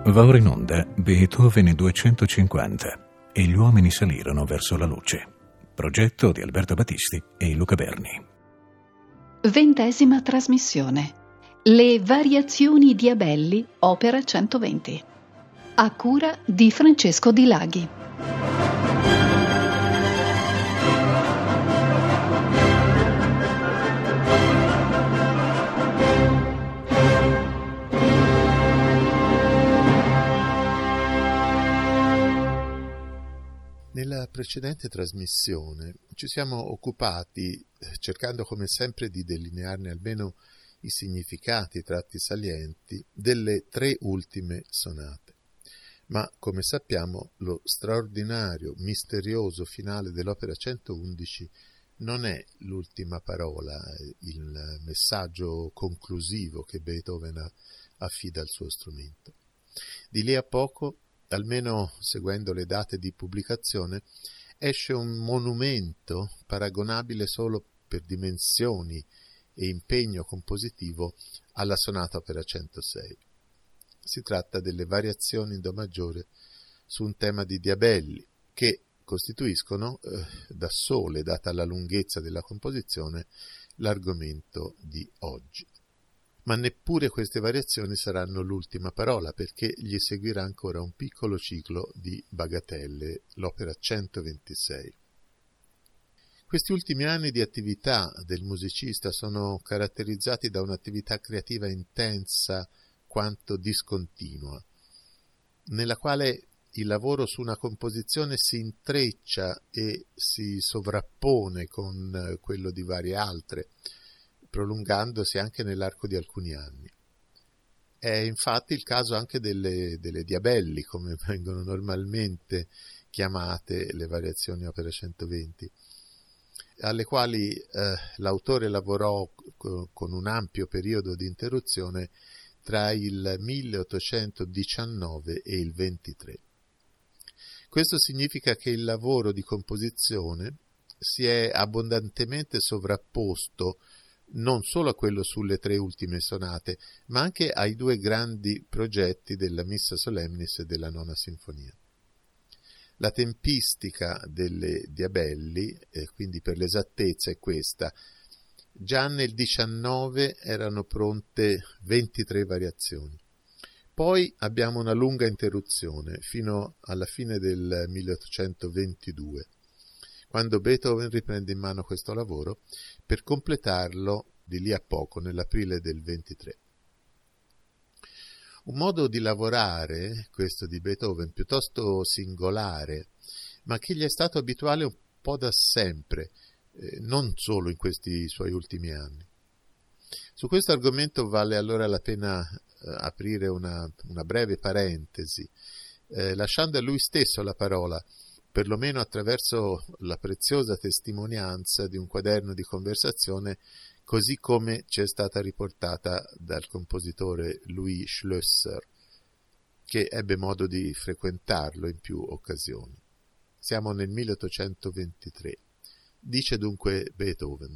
Va ora in onda Beethoven 250 e gli uomini salirono verso la luce. Progetto di Alberto Battisti e Luca Berni. 20ª trasmissione. Le variazioni di Abelli, opera 120. A cura di Francesco Di Laghi. Nella precedente trasmissione ci siamo occupati, cercando come sempre di delinearne almeno i significati, i tratti salienti, delle tre ultime sonate. Ma, come sappiamo, lo straordinario, misterioso finale dell'opera 111 non è l'ultima parola, il messaggio conclusivo che Beethoven affida al suo strumento. Di lì a poco, almeno seguendo le date di pubblicazione, esce un monumento paragonabile solo per dimensioni e impegno compositivo alla sonata opera 106. Si tratta delle variazioni in do maggiore su un tema di Diabelli, che costituiscono da sole, data la lunghezza della composizione, l'argomento di oggi. Ma neppure queste variazioni saranno l'ultima parola, perché gli seguirà ancora un piccolo ciclo di bagatelle, l'opera 126. Questi ultimi anni di attività del musicista sono caratterizzati da un'attività creativa intensa quanto discontinua, nella quale il lavoro su una composizione si intreccia e si sovrappone con quello di varie altre, prolungandosi anche nell'arco di alcuni anni. È infatti il caso anche delle Diabelli, come vengono normalmente chiamate le variazioni opera 120, alle quali l'autore lavorò con un ampio periodo di interruzione tra il 1819 e il 23. Questo significa che il lavoro di composizione si è abbondantemente sovrapposto non solo a quello sulle tre ultime sonate, ma anche ai due grandi progetti della Missa Solemnis e della Nona Sinfonia. La tempistica delle Diabelli, quindi per l'esattezza, è questa. Già nel 19 erano pronte 23 variazioni. Poi abbiamo una lunga interruzione fino alla fine del 1822, quando Beethoven riprende in mano questo lavoro per completarlo di lì a poco, nell'aprile del 23. Un modo di lavorare, questo di Beethoven, piuttosto singolare, ma che gli è stato abituale un po' da sempre, non solo in questi suoi ultimi anni. Su questo argomento vale allora la pena aprire una breve parentesi, lasciando a lui stesso la parola, perlomeno attraverso la preziosa testimonianza di un quaderno di conversazione così come ci è stata riportata dal compositore Louis Schlösser, che ebbe modo di frequentarlo in più occasioni. Siamo nel 1823. Dice dunque Beethoven: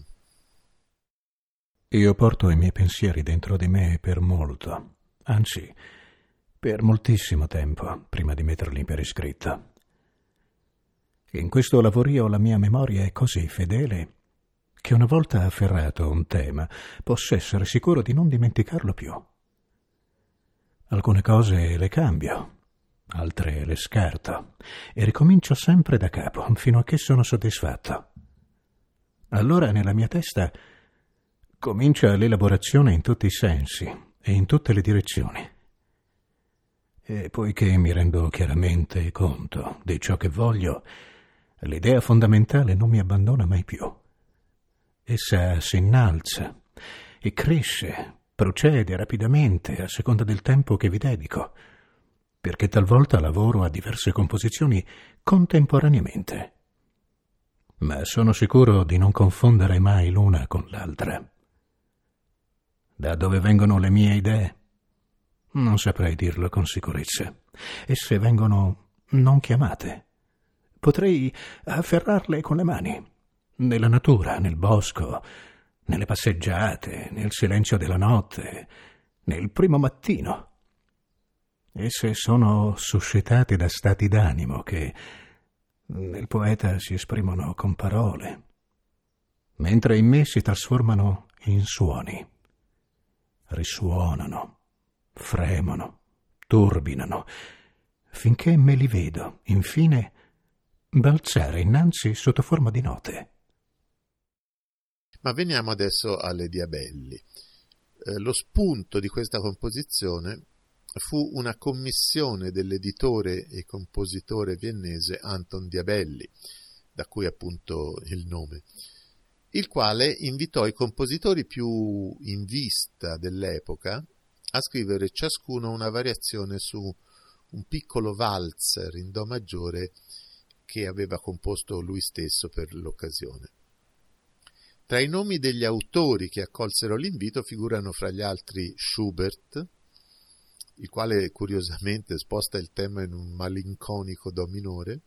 Io porto i miei pensieri dentro di me per molto, anzi, per moltissimo tempo, prima di metterli per iscritto. In questo lavorio la mia memoria è così fedele che una volta afferrato un tema posso essere sicuro di non dimenticarlo più. Alcune cose le cambio, altre le scarto e ricomincio sempre da capo fino a che sono soddisfatto. Allora nella mia testa comincia l'elaborazione in tutti i sensi e in tutte le direzioni. E poiché mi rendo chiaramente conto di ciò che voglio, l'idea fondamentale non mi abbandona mai più. Essa si innalza e cresce, procede rapidamente a seconda del tempo che vi dedico, perché talvolta lavoro a diverse composizioni contemporaneamente. Ma sono sicuro di non confondere mai l'una con l'altra. Da dove vengono le mie idee? Non saprei dirlo con sicurezza. Esse vengono non chiamate. Potrei afferrarle con le mani, nella natura, nel bosco, nelle passeggiate, nel silenzio della notte, nel primo mattino. Esse sono suscitate da stati d'animo che nel poeta si esprimono con parole, mentre in me si trasformano in suoni. Risuonano, fremono, turbinano, finché me li vedo, infine, balzare innanzi sotto forma di note. Ma veniamo adesso alle Diabelli. Lo spunto di questa composizione fu una commissione dell'editore e compositore viennese Anton Diabelli, da cui appunto il nome, il quale invitò i compositori più in vista dell'epoca a scrivere ciascuno una variazione su un piccolo valzer in do maggiore che aveva composto lui stesso per l'occasione. Tra i nomi degli autori che accolsero l'invito figurano fra gli altri Schubert, il quale curiosamente sposta il tema in un malinconico do minore,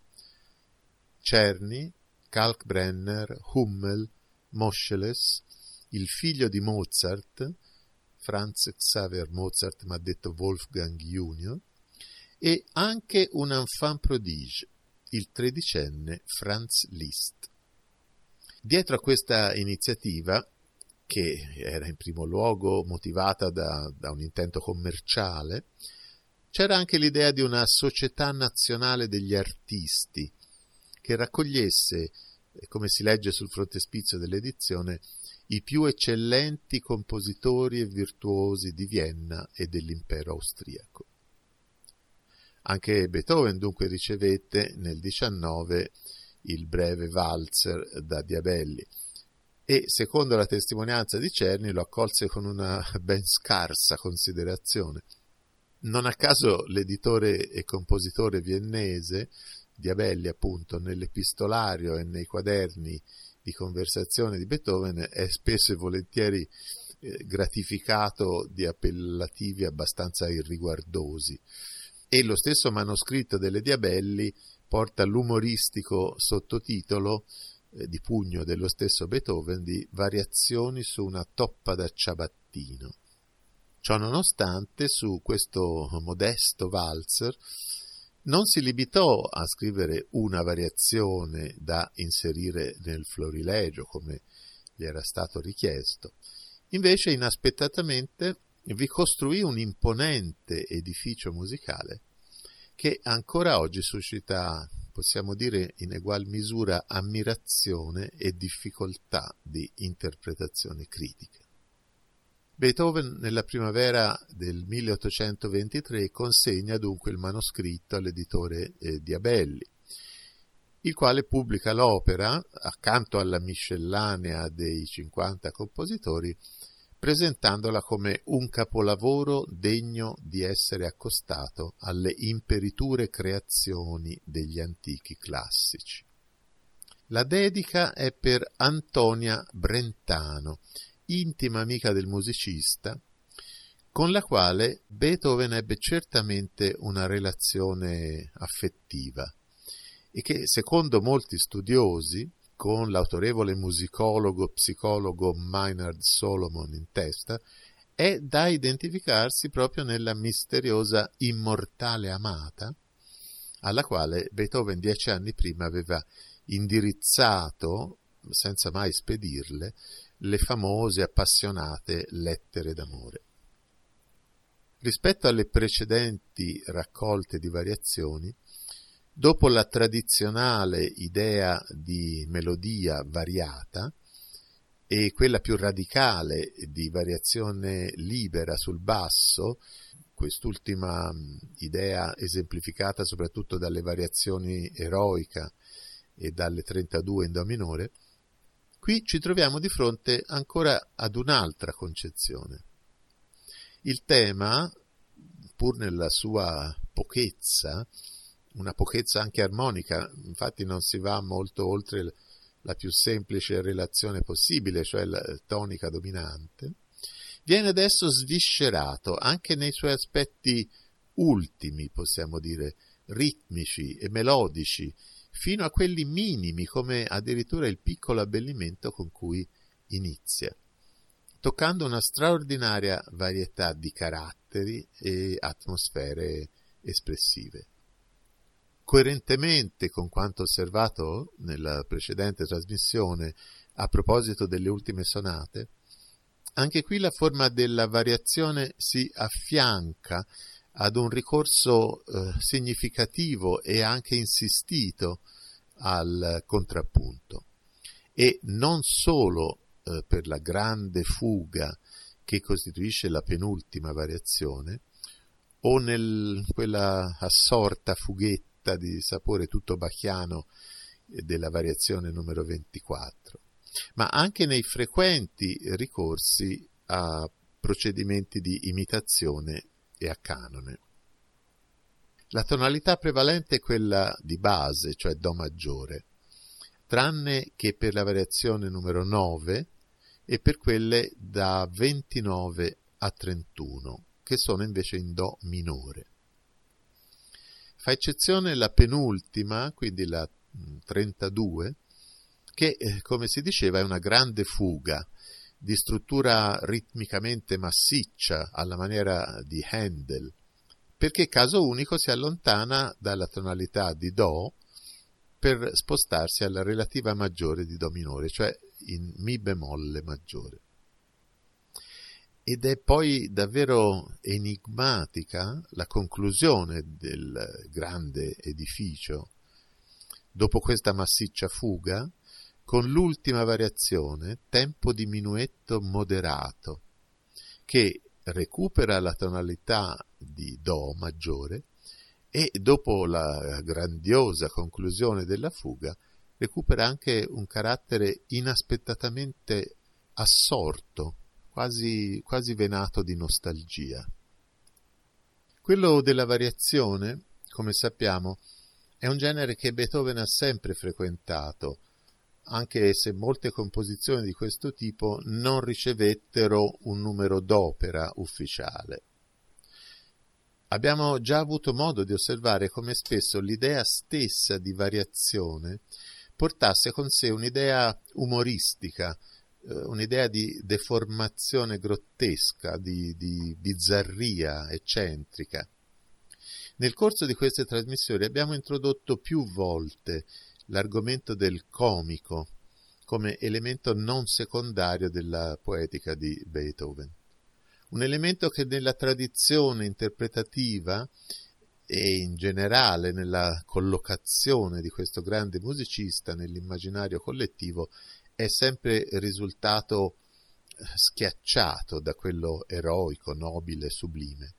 Czerny, Kalkbrenner, Hummel, Moscheles, il figlio di Mozart, Franz Xaver Mozart, ma detto Wolfgang Junior, e anche un enfant prodige, il tredicenne Franz Liszt. Dietro a questa iniziativa, che era in primo luogo motivata da un intento commerciale, c'era anche l'idea di una società nazionale degli artisti, che raccogliesse, come si legge sul frontespizio dell'edizione, i più eccellenti compositori e virtuosi di Vienna e dell'impero austriaco. Anche Beethoven dunque ricevette nel 19 il breve valzer da Diabelli e, secondo la testimonianza di Czerny, lo accolse con una ben scarsa considerazione. Non a caso l'editore e compositore viennese, Diabelli appunto, nell'epistolario e nei quaderni di conversazione di Beethoven è spesso e volentieri gratificato di appellativi abbastanza irriguardosi, e lo stesso manoscritto delle Diabelli porta l'umoristico sottotitolo di pugno dello stesso Beethoven di Variazioni su una toppa da ciabattino. Ciò nonostante, su questo modesto valzer non si limitò a scrivere una variazione da inserire nel florilegio, come gli era stato richiesto. Invece, inaspettatamente, vi costruì un imponente edificio musicale che ancora oggi suscita, possiamo dire, in egual misura ammirazione e difficoltà di interpretazione critica. Beethoven nella primavera del 1823 consegna dunque il manoscritto all'editore Diabelli, il quale pubblica l'opera accanto alla miscellanea dei 50 compositori, presentandola come un capolavoro degno di essere accostato alle imperiture creazioni degli antichi classici. La dedica è per Antonia Brentano, intima amica del musicista, con la quale Beethoven ebbe certamente una relazione affettiva e che, secondo molti studiosi, con l'autorevole musicologo-psicologo Maynard Solomon in testa, è da identificarsi proprio nella misteriosa immortale amata, alla quale Beethoven 10 anni prima aveva indirizzato, senza mai spedirle, le famose appassionate lettere d'amore. Rispetto alle precedenti raccolte di variazioni, dopo la tradizionale idea di melodia variata e quella più radicale di variazione libera sul basso, quest'ultima idea esemplificata soprattutto dalle variazioni eroica e dalle 32 in do minore, qui ci troviamo di fronte ancora ad un'altra concezione. Il tema, pur nella sua pochezza, una pochezza anche armonica, infatti non si va molto oltre la più semplice relazione possibile, cioè la tonica dominante, viene adesso sviscerato anche nei suoi aspetti ultimi, possiamo dire, ritmici e melodici, fino a quelli minimi, come addirittura il piccolo abbellimento con cui inizia, toccando una straordinaria varietà di caratteri e atmosfere espressive. Coerentemente con quanto osservato nella precedente trasmissione a proposito delle ultime sonate, anche qui la forma della variazione si affianca ad un ricorso significativo e anche insistito al contrappunto, e non solo per la grande fuga che costituisce la penultima variazione, o quella assorta fughetta di sapore tutto bacchiano della variazione numero 24, ma anche nei frequenti ricorsi a procedimenti di imitazione e a canone. La tonalità prevalente è quella di base, cioè Do maggiore, tranne che per la variazione numero 9 e per quelle da 29 a 31, che sono invece in Do minore. Fa eccezione la penultima, quindi la 32, che, come si diceva, è una grande fuga di struttura ritmicamente massiccia alla maniera di Handel, perché caso unico si allontana dalla tonalità di Do per spostarsi alla relativa maggiore di Do minore, cioè in Mi bemolle maggiore. Ed è poi davvero enigmatica la conclusione del grande edificio, dopo questa massiccia fuga, con l'ultima variazione, tempo di minuetto moderato, che recupera la tonalità di Do maggiore e, dopo la grandiosa conclusione della fuga, recupera anche un carattere inaspettatamente assorto, quasi venato di nostalgia. Quello della variazione, come sappiamo, è un genere che Beethoven ha sempre frequentato, anche se molte composizioni di questo tipo non ricevettero un numero d'opera ufficiale. Abbiamo già avuto modo di osservare come spesso l'idea stessa di variazione portasse con sé un'idea umoristica, un'idea di deformazione grottesca, di bizzarria eccentrica. Nel corso di queste trasmissioni abbiamo introdotto più volte l'argomento del comico come elemento non secondario della poetica di Beethoven. Un elemento che nella tradizione interpretativa e in generale nella collocazione di questo grande musicista nell'immaginario collettivo è sempre risultato schiacciato da quello eroico, nobile, sublime.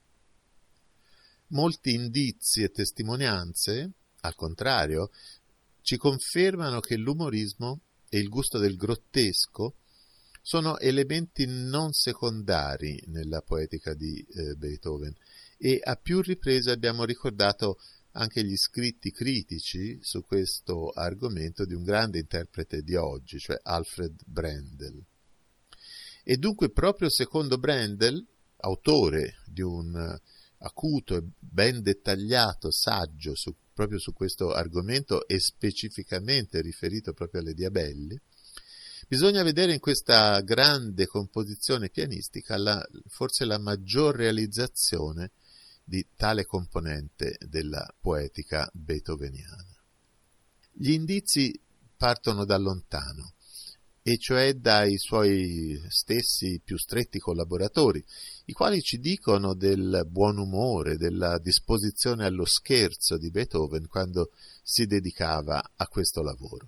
Molti indizi e testimonianze, al contrario, ci confermano che l'umorismo e il gusto del grottesco sono elementi non secondari nella poetica di Beethoven, e a più riprese abbiamo ricordato anche gli scritti critici su questo argomento di un grande interprete di oggi, cioè Alfred Brendel. E dunque proprio secondo Brendel, autore di un acuto e ben dettagliato saggio proprio su questo argomento e specificamente riferito proprio alle Diabelli, bisogna vedere in questa grande composizione pianistica forse la maggior realizzazione di tale componente della poetica beethoveniana. Gli indizi partono da lontano, e cioè dai suoi stessi più stretti collaboratori, i quali ci dicono del buon umore, della disposizione allo scherzo di Beethoven quando si dedicava a questo lavoro.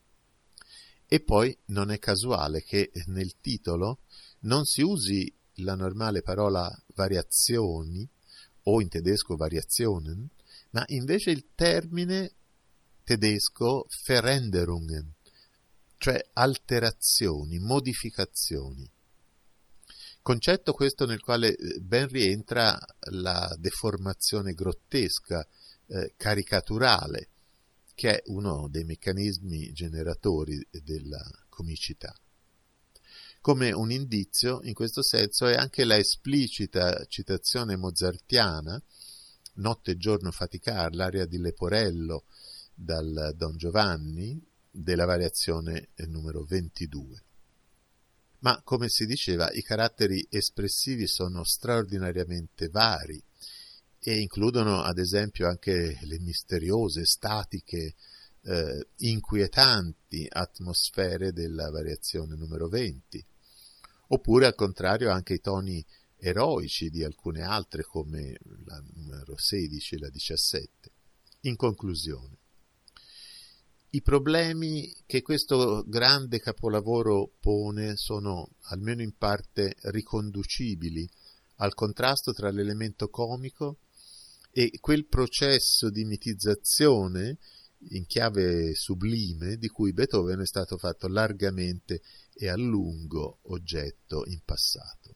E poi non è casuale che nel titolo non si usi la normale parola variazioni, o in tedesco Variationen, ma invece il termine tedesco Veränderungen, cioè alterazioni, modificazioni. Concetto questo nel quale ben rientra la deformazione grottesca, caricaturale, che è uno dei meccanismi generatori della comicità. Come un indizio, in questo senso, è anche la esplicita citazione mozartiana, Notte e giorno faticar, l'aria di Leporello dal Don Giovanni, della variazione numero 22. Ma, come si diceva, i caratteri espressivi sono straordinariamente vari e includono ad esempio anche le misteriose, statiche, inquietanti atmosfere della variazione numero 20, oppure al contrario anche i toni eroici di alcune altre come la numero 16 e la 17. In conclusione, i problemi che questo grande capolavoro pone sono, almeno in parte, riconducibili al contrasto tra l'elemento comico e quel processo di mitizzazione in chiave sublime di cui Beethoven è stato fatto largamente e a lungo oggetto in passato.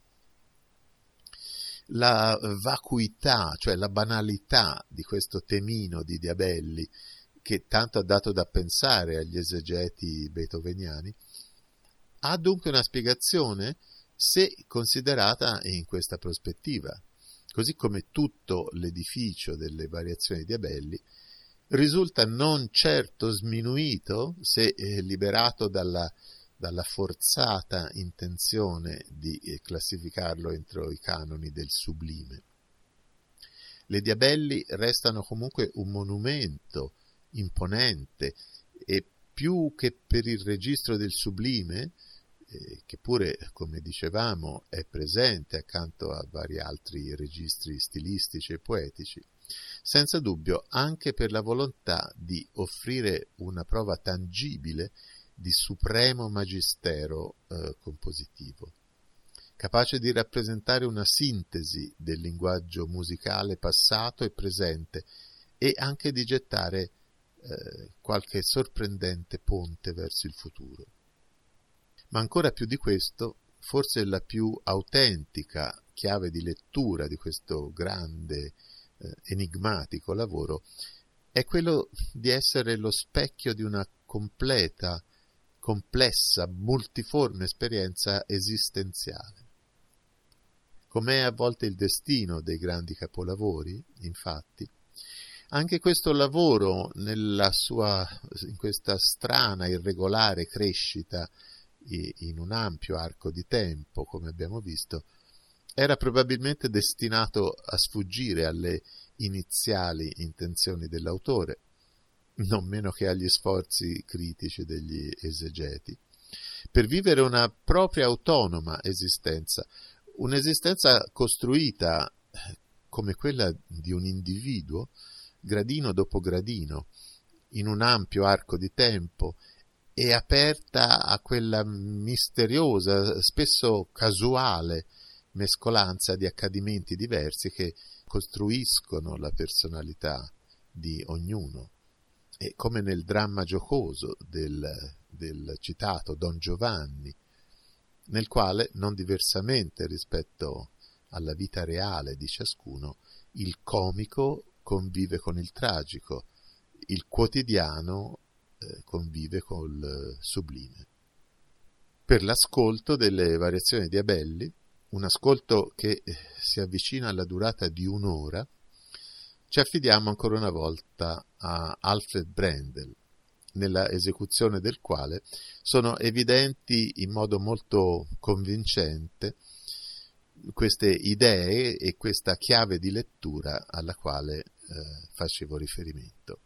La vacuità, cioè la banalità di questo temino di Diabelli, che tanto ha dato da pensare agli esegeti beethoveniani, ha dunque una spiegazione se considerata in questa prospettiva, così come tutto l'edificio delle variazioni di Diabelli risulta non certo sminuito se liberato dalla forzata intenzione di classificarlo entro i canoni del sublime. Le Diabelli restano comunque un monumento imponente e più che per il registro del sublime, che pure, come dicevamo, è presente accanto a vari altri registri stilistici e poetici, senza dubbio anche per la volontà di offrire una prova tangibile di supremo magistero compositivo, capace di rappresentare una sintesi del linguaggio musicale passato e presente e anche di gettare qualche sorprendente ponte verso il futuro. Ma ancora più di questo, forse la più autentica chiave di lettura di questo grande enigmatico lavoro è quello di essere lo specchio di una complessa, multiforme esperienza esistenziale. Com'è a volte il destino dei grandi capolavori, infatti, anche questo lavoro in questa strana, irregolare crescita in un ampio arco di tempo, come abbiamo visto, era probabilmente destinato a sfuggire alle iniziali intenzioni dell'autore, non meno che agli sforzi critici degli esegeti, per vivere una propria autonoma esistenza, un'esistenza costruita come quella di un individuo, gradino dopo gradino, in un ampio arco di tempo, e aperta a quella misteriosa, spesso casuale, mescolanza di accadimenti diversi che costruiscono la personalità di ognuno. E come nel dramma giocoso del citato Don Giovanni, nel quale, non diversamente rispetto alla vita reale di ciascuno, il comico convive con il tragico, il quotidiano convive col sublime. Per l'ascolto delle variazioni di Diabelli, un ascolto che si avvicina alla durata di un'ora, ci affidiamo ancora una volta a Alfred Brendel, nella esecuzione del quale sono evidenti in modo molto convincente queste idee e questa chiave di lettura alla quale facevo riferimento.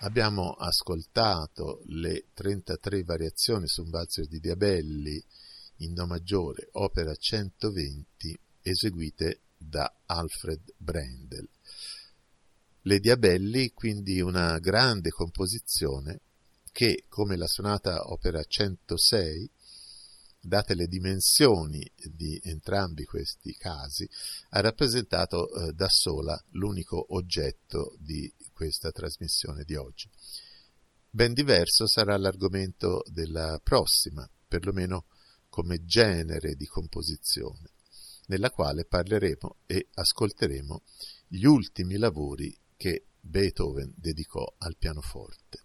Abbiamo ascoltato le 33 variazioni su un valzer di Diabelli in Do maggiore, opera 120, eseguite da Alfred Brendel. Le Diabelli, quindi una grande composizione che, come la sonata opera 106, date le dimensioni di entrambi questi casi, ha rappresentato da sola l'unico oggetto di questa trasmissione di oggi. Ben diverso sarà l'argomento della prossima, perlomeno come genere di composizione, nella quale parleremo e ascolteremo gli ultimi lavori che Beethoven dedicò al pianoforte.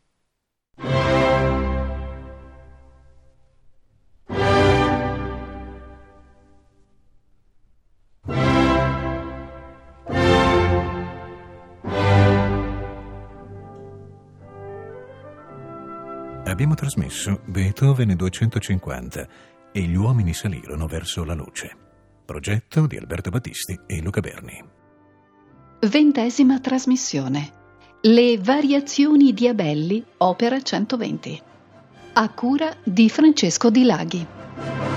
Abbiamo trasmesso Beethoven 250 e gli uomini salirono verso la luce. Progetto di Alberto Battisti e Luca Berni. 20ª trasmissione. Le variazioni Diabelli, opera 120. A cura di Francesco Di Laghi.